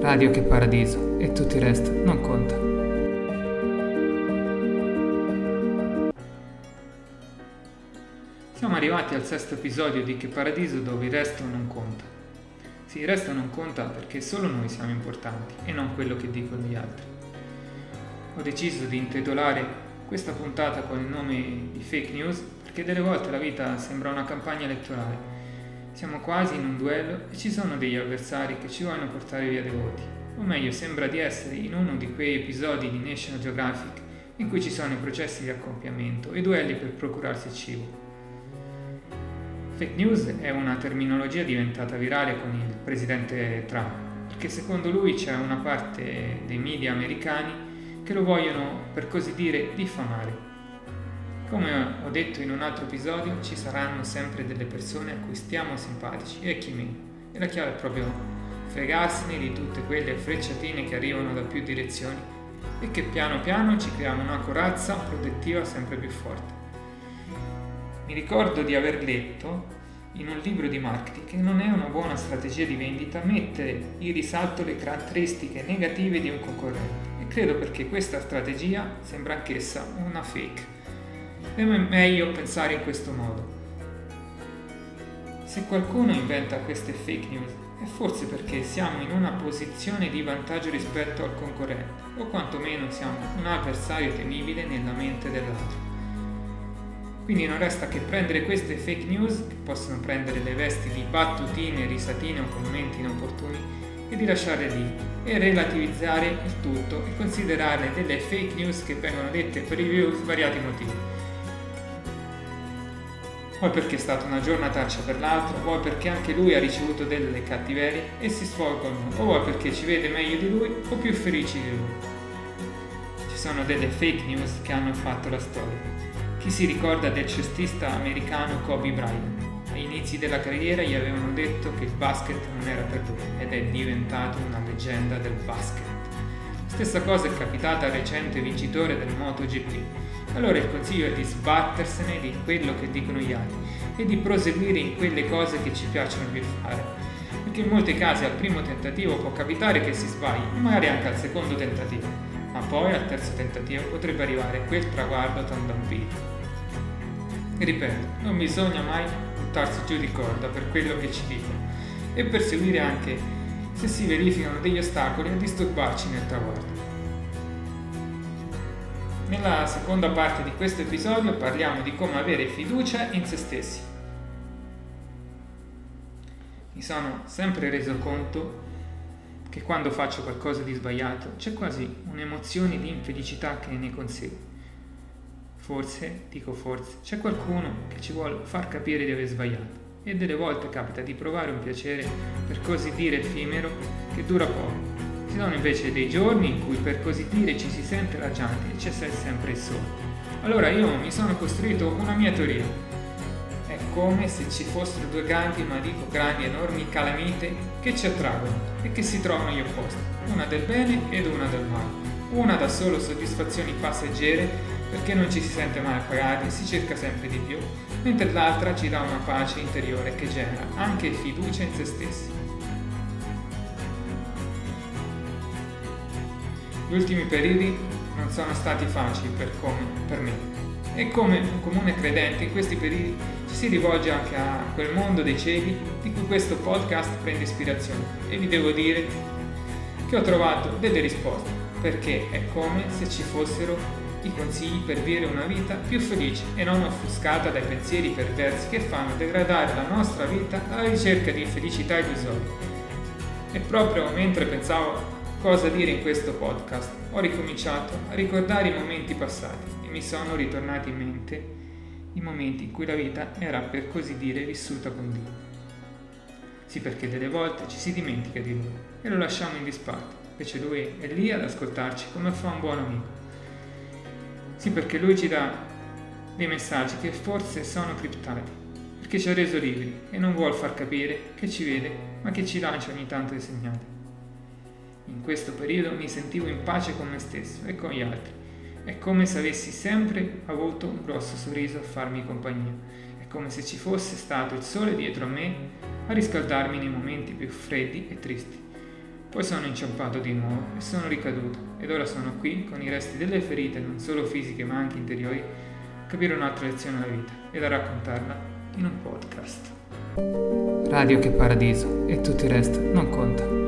Radio Che Paradiso e tutto il resto non conta. Siamo arrivati al 6º episodio di Che Paradiso, dove il resto non conta. Sì, il resto non conta perché solo noi siamo importanti e non quello che dicono gli altri. Ho deciso di intitolare questa puntata con il nome di Fake News perché delle volte la vita sembra una campagna elettorale. Siamo quasi in un duello e ci sono degli avversari che ci vogliono portare via dei voti. O meglio, sembra di essere in uno di quei episodi di National Geographic in cui ci sono i processi di accoppiamento e duelli per procurarsi il cibo. Fake news è una terminologia diventata virale con il presidente Trump, perché secondo lui c'è una parte dei media americani che lo vogliono, per così dire, diffamare. Come ho detto in un altro episodio, ci saranno sempre delle persone a cui stiamo simpatici e chi meno. E la chiave è proprio fregarsene di tutte quelle frecciatine che arrivano da più direzioni e che piano piano ci creano una corazza protettiva sempre più forte. Mi ricordo di aver letto in un libro di marketing che non è una buona strategia di vendita mettere in risalto le caratteristiche negative di un concorrente. E credo perché questa strategia sembra anch'essa una fake. È meglio pensare in questo modo. Se qualcuno inventa queste fake news è forse perché siamo in una posizione di vantaggio rispetto al concorrente, o quantomeno siamo un avversario temibile nella mente dell'altro. Quindi non resta che prendere queste fake news, che possono prendere le vesti di battutine, risatine o commenti inopportuni, e di lasciarle lì e relativizzare il tutto e considerarle delle fake news che vengono dette per i svariati motivi. Vuoi perché è stata una giornataccia per l'altro, vuoi perché anche lui ha ricevuto delle cattiverie e si svolgono, o vuoi perché ci vede meglio di lui o più felici di lui. Ci sono delle fake news che hanno fatto la storia. Chi si ricorda del cestista americano Kobe Bryant? Agli inizi della carriera gli avevano detto che il basket non era per lui ed è diventato una leggenda del basket. Stessa cosa è capitata al recente vincitore del MotoGP. Allora il consiglio è di sbattersene di quello che dicono gli altri e di proseguire in quelle cose che ci piacciono più fare. Perché in molti casi al primo tentativo può capitare che si sbagli, magari anche al secondo tentativo, ma poi al terzo tentativo potrebbe arrivare quel traguardo tanto ambito. E ripeto, non bisogna mai buttarsi giù di corda per quello che ci dicono e perseguire anche se si verificano degli ostacoli a disturbarci nel traguardo. Nella seconda parte di questo episodio parliamo di come avere fiducia in se stessi. Mi sono sempre reso conto che quando faccio qualcosa di sbagliato c'è quasi un'emozione di infelicità che ne consegue. Forse, c'è qualcuno che ci vuole far capire di aver sbagliato e delle volte capita di provare un piacere, per così dire, effimero che dura poco. Ci sono invece dei giorni in cui, per così dire, ci si sente raggianti e c'è sempre il sole. Allora io mi sono costruito una mia teoria. È come se ci fossero due grandi, ma dico grandi, enormi calamite che ci attraggono e che si trovano agli opposti, una del bene ed una del male. Una dà solo soddisfazioni passeggere perché non ci si sente mai appagati e si cerca sempre di più, mentre l'altra ci dà una pace interiore che genera anche fiducia in se stessi. Gli ultimi periodi non sono stati facili per me e come un comune credente in questi periodi ci si rivolge anche a quel mondo dei ciechi di cui questo podcast prende ispirazione e vi devo dire che ho trovato delle risposte, perché è come se ci fossero i consigli per vivere una vita più felice e non offuscata dai pensieri perversi che fanno degradare la nostra vita alla ricerca di felicità illusoria. E proprio mentre pensavo cosa dire in questo podcast, ho ricominciato a ricordare i momenti passati e mi sono ritornati in mente i momenti in cui la vita era, per così dire, vissuta con Dio. Sì, perché delle volte ci si dimentica di Lui e lo lasciamo in disparte, invece Lui è lì ad ascoltarci come fa un buon amico. Sì, perché Lui ci dà dei messaggi che forse sono criptati, perché ci ha reso liberi e non vuol far capire che ci vede, ma che ci lancia ogni tanto dei segnali. In questo periodo mi sentivo in pace con me stesso e con gli altri. È come se avessi sempre avuto un grosso sorriso a farmi compagnia. È come se ci fosse stato il sole dietro a me a riscaldarmi nei momenti più freddi e tristi. Poi sono inciampato di nuovo e sono ricaduto, ed ora sono qui, con i resti delle ferite, non solo fisiche ma anche interiori, a capire un'altra lezione alla vita ed a raccontarla in un podcast. Radio Che Paradiso, e tutto il resto non conta.